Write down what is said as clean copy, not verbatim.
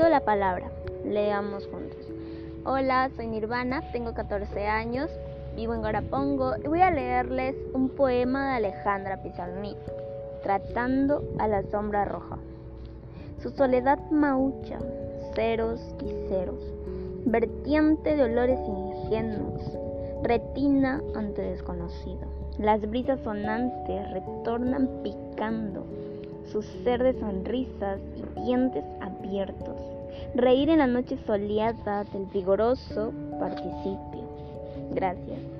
pido la palabra. Leamos juntos. Hola, soy Nirvana, tengo 14 años, vivo en Garapongo y voy a leerles un poema de Alejandra Pizarnik, Tratando a la sombra roja. Su soledad maucha, ceros y ceros, vertiente de olores ingenuos, retina ante desconocido. Las brisas sonantes retornan picando, su ser de sonrisas y dientes abiertos. Reír en la noche soleada del vigoroso participio. Gracias.